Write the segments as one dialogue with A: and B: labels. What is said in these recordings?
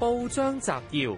A: 報章摘要：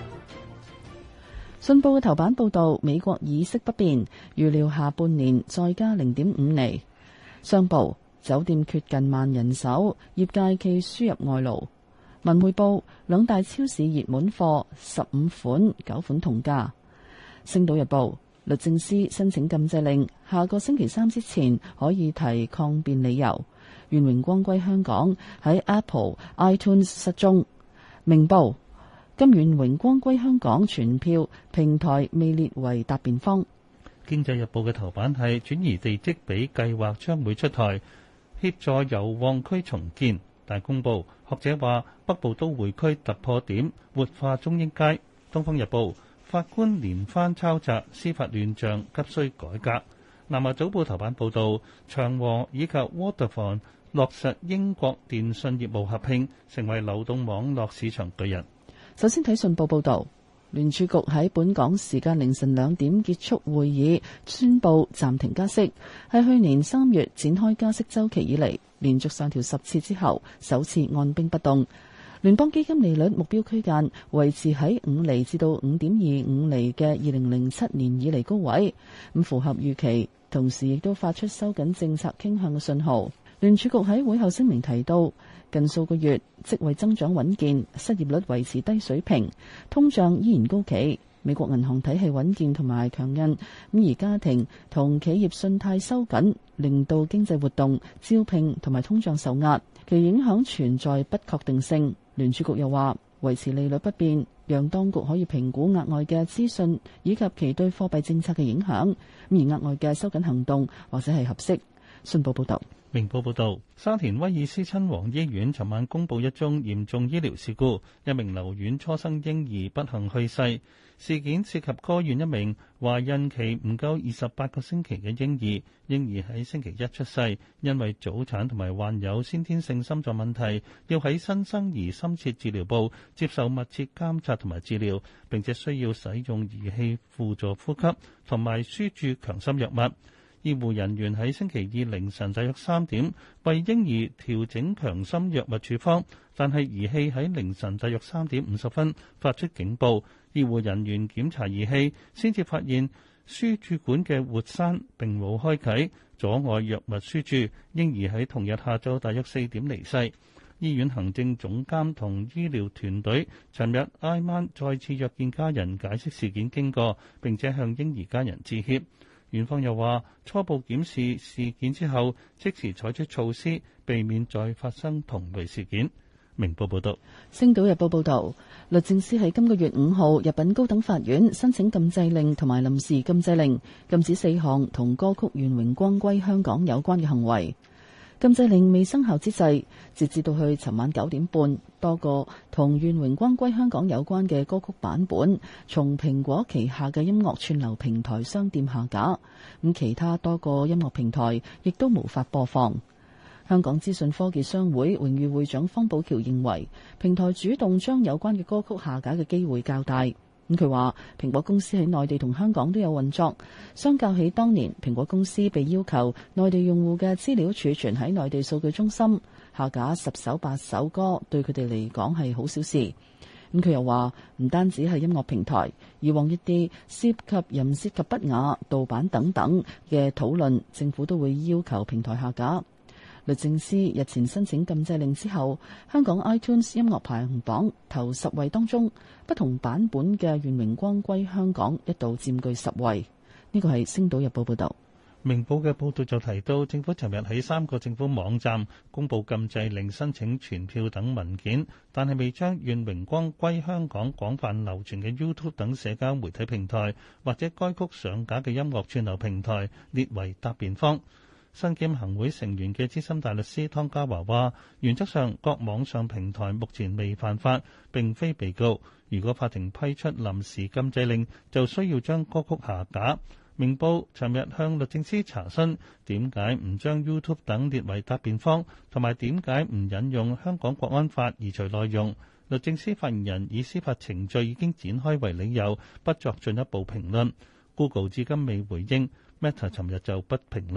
B: 信報嘅頭版報導，美國議息不變，預料下半年再加0.5厘。商報，酒店缺近萬人手，業界冀輸入外勞。文匯報，兩大超市熱門貨15款9款同價。星島日報，律政司申請禁制令，下個星期3之前可以提抗辯理由。願榮光歸香港，喺 Apple、iTunes 失蹤。明報，金願榮光歸香港全票平台未列為答辯方。
C: 經濟日報嘅頭版係轉移地積比計劃將會出台，協助油旺區重建。大公報，學者話北部都會區突破點，活化中英街。東方日報，法官連番抄襲，司法亂象急需改革。南華早報頭版報導，長和以及 Vodafone 落實英國電信業務合併，成為流動網絡市場巨人。
B: 首先睇信報報導，聯儲局喺本港時間凌晨2點結束會議，宣布暫停加息，係去年3月展開加息週期以嚟，連續上調10次之後，首次按兵不動。聯邦基金利率目標區間維持喺5厘至到5.25厘嘅2007年以嚟高位，咁符合預期，同時亦都發出收緊政策傾向嘅信號。聯儲局喺會後聲明提到，近數個月職位增長穩健，失業率維持低水平，通脹依然高企。美國銀行體系穩健同埋強韌，咁而家庭同企業信貸收緊，令到經濟活動、招聘同埋通脹受壓，其影響存在不確定性。聯儲局又話，維持利率不變，讓當局可以評估額外嘅資訊以及其對貨幣政策嘅影響，而額外嘅收緊行動或者係合適。信報報道。
C: 明報報導，沙田威爾斯親王醫院尋晚公佈一宗嚴重醫療事故，一名留院初生嬰兒不幸去世。事件涉及該院一名懷孕期唔夠28個星期嘅嬰兒，嬰兒喺星期一出世，因為早產同埋患有先天性心臟問題，要喺新生兒深切治療部接受密切監察同埋治療，並且需要使用儀器輔助呼吸同埋輸注強心藥物。醫護人員喺星期二凌晨大約3點為嬰兒調整強心藥物處方，但係儀器喺凌晨大約3點50分發出警報，醫護人員檢查儀器，先至發現輸注管嘅活塞並冇開啟，阻礙藥物輸注。嬰兒喺同日下晝大約4點離世。醫院行政總監同醫療團隊尋日挨晚再次約見家人解釋事件經過，並且向嬰兒家人致歉。院方又話，初步檢視事件之後，即時採取措施，避免再發生同類事件。明報報道。
B: 星島日報報道，律政司喺今個月5號入稟高等法院申請禁制令同埋臨時禁制令，禁止4項同歌曲《願榮光歸香港》有關嘅行為。禁制令未生效之際，截至到去尋晚9點半，多個同願榮光歸香港有關嘅歌曲版本，從蘋果旗下嘅音樂串流平台商店下架，咁其他多個音樂平台亦都無法播放。香港資訊科技商會榮譽會長方寶橋認為，平台主動將有關嘅歌曲下架嘅機會較大。咁佢話，蘋果公司喺內地同香港都有運作，相較起當年蘋果公司被要求內地用戶嘅資料儲存喺內地數據中心，下架10首8首歌，對佢哋嚟講係好小事。咁佢又話，唔單止係音樂平台，以往一啲涉及淫褻及不雅、盜版等等嘅討論，政府都會要求平台下架。律政司日前申請禁制令之後，香港 iTunes 音樂排行榜頭10位當中，不同版本嘅《願榮光歸香港》一度佔據10位。呢個係《星島日報》報導。
C: 明報嘅報導就提到，政府尋日喺3個政府網站公佈禁制令申請傳票等文件，但係未將《願榮光歸香港》廣泛流傳嘅 YouTube 等社交媒體平台或者該曲上架嘅音樂串流平台列為答辯方。身兼行會成員嘅資深大律師湯家驊話，原則上各網上平台目前未犯法，並非被告。如果法庭批出臨時禁制令，就需要將歌曲下架。明報尋日向律政司查詢點解唔將 YouTube 等列為答辯方，同埋點解唔引用香港國安法移除內容。律政司發言人以司法程序已經展開為理由，不作進一步評論。Google 至今未回應，Meta 尋日就不評論。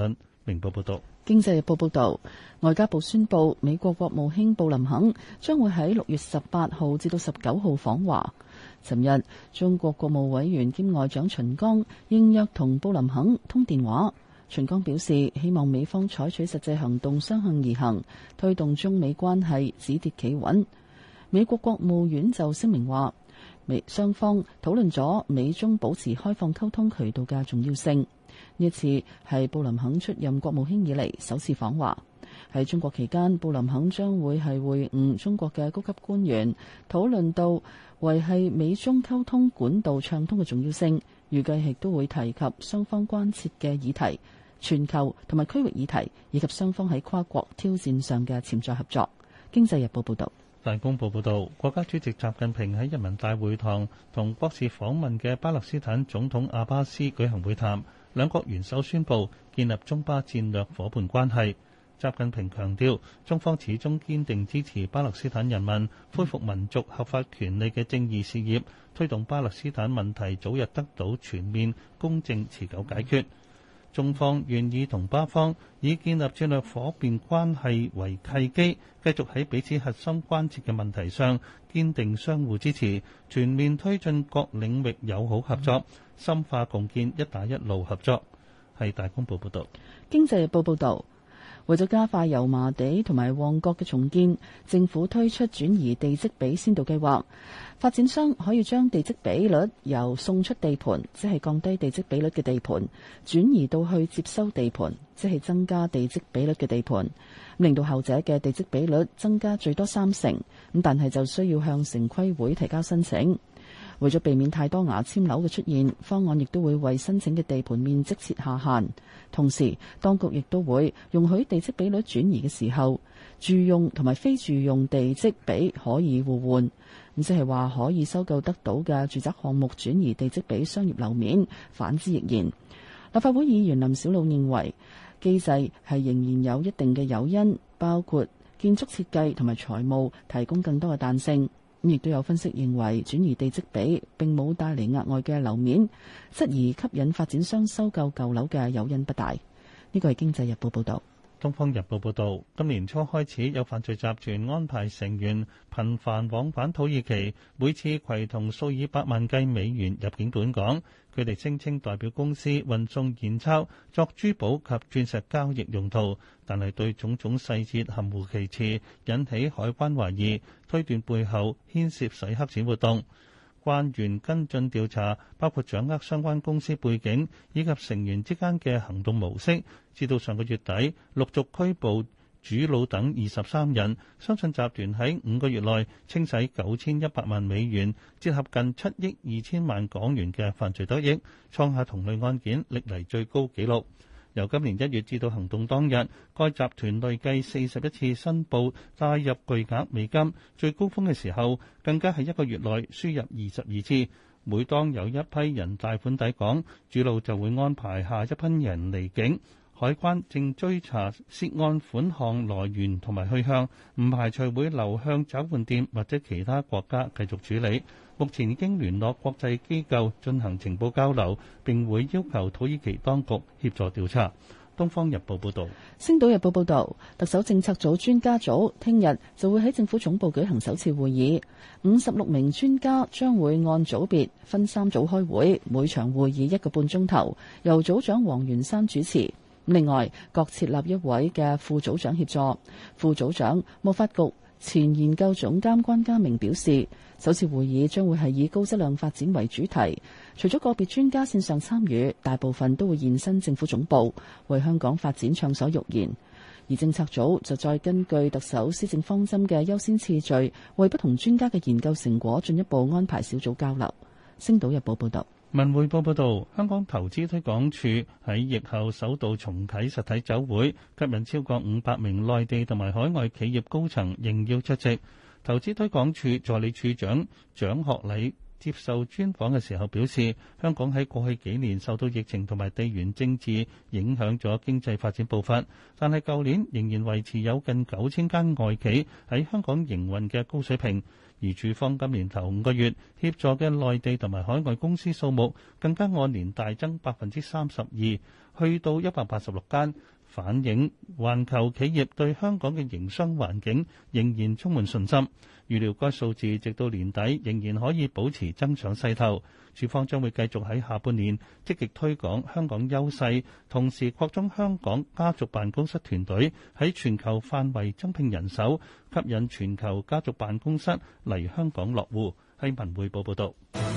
C: 明報報道。
B: 經濟日報報導，外交部宣布，美國國務卿布林肯將會喺6月18號至到19號訪華。尋日，中國國務委員兼外長秦剛應約同布林肯通電話。秦剛表示，希望美方採取實際行動，相向而行，推動中美關係止跌企穩。美國國務院就聲明話，雙方討論咗美中保持開放溝通渠道嘅重要性。呢次係布林肯出任國務卿以嚟首次訪華。喺中國期間，布林肯將會係會晤中國嘅高級官員，討論到維繫美中溝通管道暢通嘅重要性。預計亦都會提及雙方關切嘅議題、全球同埋區域議題，以及雙方喺跨國挑戰上嘅潛在合作。經濟日報報導。
C: 大公報報導，國家主席習近平喺人民大會堂同國事訪問嘅巴勒斯坦總統阿巴斯舉行會談，兩國元首宣布建立中巴戰略夥伴關係。習近平強調，中方始終堅定支持巴勒斯坦人民恢復民族合法權利嘅正義事業，推動巴勒斯坦問題早日得到全面、公正、持久解決。中方願意同巴方以建立戰略夥伴關係為契機，繼續喺彼此核心關切嘅問題上堅定相互支持，全面推進各領域友好合作，深化共建「一帶一路」合作。係大公報報導。
B: 經濟日報報導。為咗加快油麻地同埋旺角嘅重建，政府推出轉移地積比先導計劃，發展商可以將地積比率由送出地盤，即係降低地積比率嘅地盤，轉移到去接收地盤，即係增加地積比率嘅地盤，令到後者嘅地積比率增加最多30%，但係就需要向城規會提交申請。為咗避免太多牙籤樓嘅出現，方案亦都會為申請嘅地盤面積設下限。同時，當局亦都會容許地積比率轉移嘅時候，住用同埋非住用地積比可以互換。咁即係話可以收購得到嘅住宅項目轉移地積比商業樓面，反之亦然。立法會議員林筱魯認為，機制係仍然有一定嘅誘因，包括建築設計同埋財務提供更多嘅彈性。亦都有分析認為，轉移地積比並冇帶嚟額外嘅樓面，質疑吸引發展商收購舊樓嘅誘因不大。呢個係《經濟日報》報導。
C: 《東方日報》報導，今年初開始有犯罪集團安排成員頻繁往返土耳其，每次攜同數以百萬計美元入境本港。佢哋聲稱代表公司運送現鈔作珠寶及鑽石交易用途，但係對種種細節含糊其辭，引起海關懷疑，推斷背後牽涉洗黑錢活動。關員跟進調查，包括掌握相關公司背景以及成員之間嘅行動模式，至到上個月底陸續拘捕主腦等23人，相信集團喺5個月內清洗9100萬美元，折合近7億2000萬港元嘅犯罪得益，創下同類案件歷嚟最高紀錄。由今年1月至到行動當日，該集團累計41次申報帶入巨額美金，最高峰嘅時候更加係1個月內輸入22次。每當有一批人帶款抵港，主腦就會安排下一批人離境。海關正追查涉案款項來源同埋去向，唔排除會流向找換店或者其他國家繼續處理。目前已經聯絡國際機構進行情報交流，並會要求土耳其當局協助調查。《東方日報》報導。《
B: 星島日報》報導，特首政策組專家組聽日就會喺政府總部舉行首次會議，56名專家將會按組別分3組開會，每場會議1個半鐘頭，由組長黃元山主持。另外，各設立一位嘅副組長協助。副組長貿發局前研究總監關家明表示，首次會議將會係以高質量發展為主題，除咗個別專家線上參與，大部分都會現身政府總部，為香港發展暢所欲言。而政策組就再根據特首施政方針嘅優先次序，為不同專家嘅研究成果進一步安排小組交流。星島日報報道。
C: 文匯報報道，香港投資推廣署喺疫後首度重啟實體酒會，吸引超過500名內地同埋海外企業高層應邀出席。投資推廣署助理處長蔣學禮接受專訪嘅時候表示，香港喺過去幾年受到疫情同埋地緣政治影響咗經濟發展步伐，但係舊年仍然維持有近9000間外企喺香港營運嘅高水平。而處方今年頭5個月協助嘅內地同埋海外公司數目更加按年大增32%，去到186間， 反映環球企業對香港嘅營商環境仍然充滿信心。預料該數字直到年底仍然可以保持增長勢頭。署方將會繼續喺下半年積極推廣香港優勢，同時擴充香港家族辦公室團隊，喺全球範圍增聘人手，吸引全球家族辦公室嚟香港落戶。喺文匯報報導。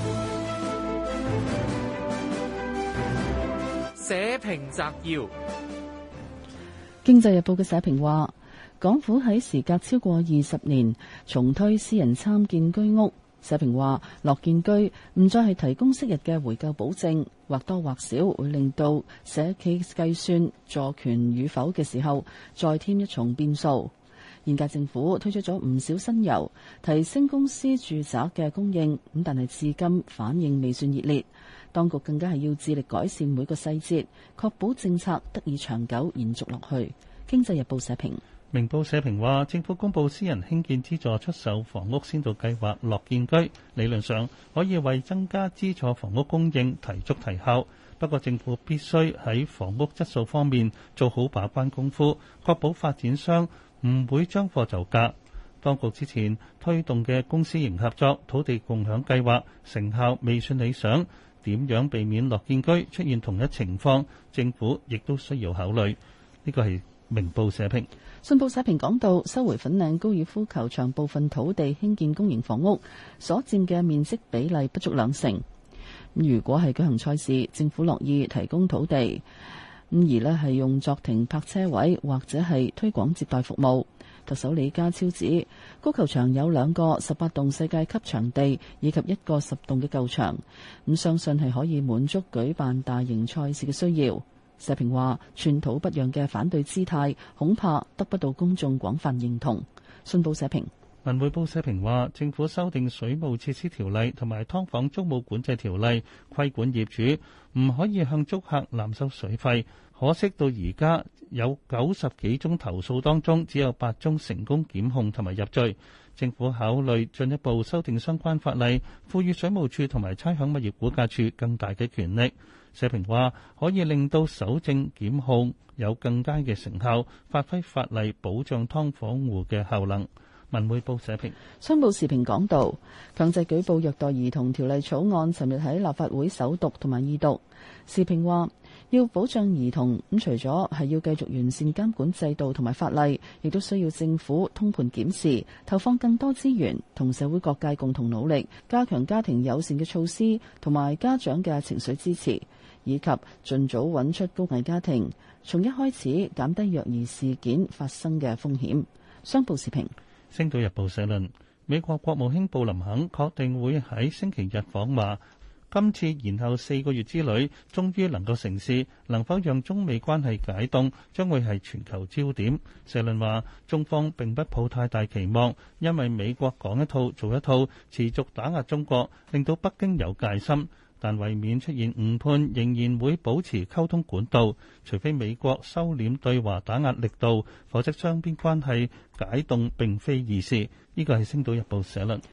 A: 社評摘要。
B: 經濟日報嘅社評話，港府喺時隔超過20年重推私人參建居屋。社評話，樂建居唔再係提供昔日嘅回購保證，或多或少會令到社企計算助權與否嘅時候再添一重變數。現屆政府推出咗唔少新猷，提升公司住宅嘅供應，咁但係至今反應未算熱烈。當局更加係要致力改善每個細節，確保政策得以長久延續落去。經濟日報社評。
C: 明報社評話，政府公布私人興建資助出售房屋先導計劃樂建居，理論上可以為增加資助房屋供應提速提效。不過政府必須喺房屋質素方面做好把關功夫，確保發展商唔會將貨就價。當局之前推動嘅公私營合作土地共享計劃成效未算理想，點樣避免樂建居出現同一情況，政府亦都需要考慮。呢個係明報社評。
B: 信報社評講到，收回粉嶺高爾夫球場部分土地興建公營房屋，所佔嘅面積比例不足2成。如果係舉行賽事，政府樂意提供土地，而呢係用作停泊車位或者係推廣接待服務。特首李家超指，高球場有2個18洞世界級場地，以及1個10洞嘅舊場，咁相信係可以滿足舉辦大型賽事嘅需要。社評話，寸土不讓嘅反對姿態，恐怕得不到公眾廣泛認同。信報社評。
C: 文匯報社評話，政府修訂水務設施條例同埋劏房租務管制條例，規管業主唔可以向租客濫收水費。可惜到而家有90幾宗投訴當中，只有8宗成功檢控同埋入罪。政府考慮進一步修訂相關法例，賦予水務署同埋差餉物業估價署更大嘅權力。社評話，可以令到搜證檢控有更佳嘅成效，發揮法例保障劏房戶嘅效能。文匯報社評。
B: 商報時評講道，強制舉報虐待兒童條例草案尋日喺立法會首讀同埋二讀。時評話，要保障兒童，咁除咗係要繼續完善監管制度同埋法例，亦都需要政府通盤檢視，投放更多資源，同社會各界共同努力，加強家庭友善嘅措施同埋家長嘅情緒支持，以及盡早揾出高危家庭，從一開始減低虐兒事件發生嘅風險。商報時評。
C: 星島日報社論，美國國務卿布林肯確定會喺星期日訪華。今次延後4個月之旅，終於能夠成事，能否讓中美關係解凍，將會係全球焦點。社論話，中方並不抱太大期望，因為美國講一套做一套，持續打壓中國，令到北京有戒心。但為免出現誤判，仍然會保持溝通管道，除非美國收斂對華打壓力度，否則雙邊關係解凍並非易事。呢個係《星島日報》社論。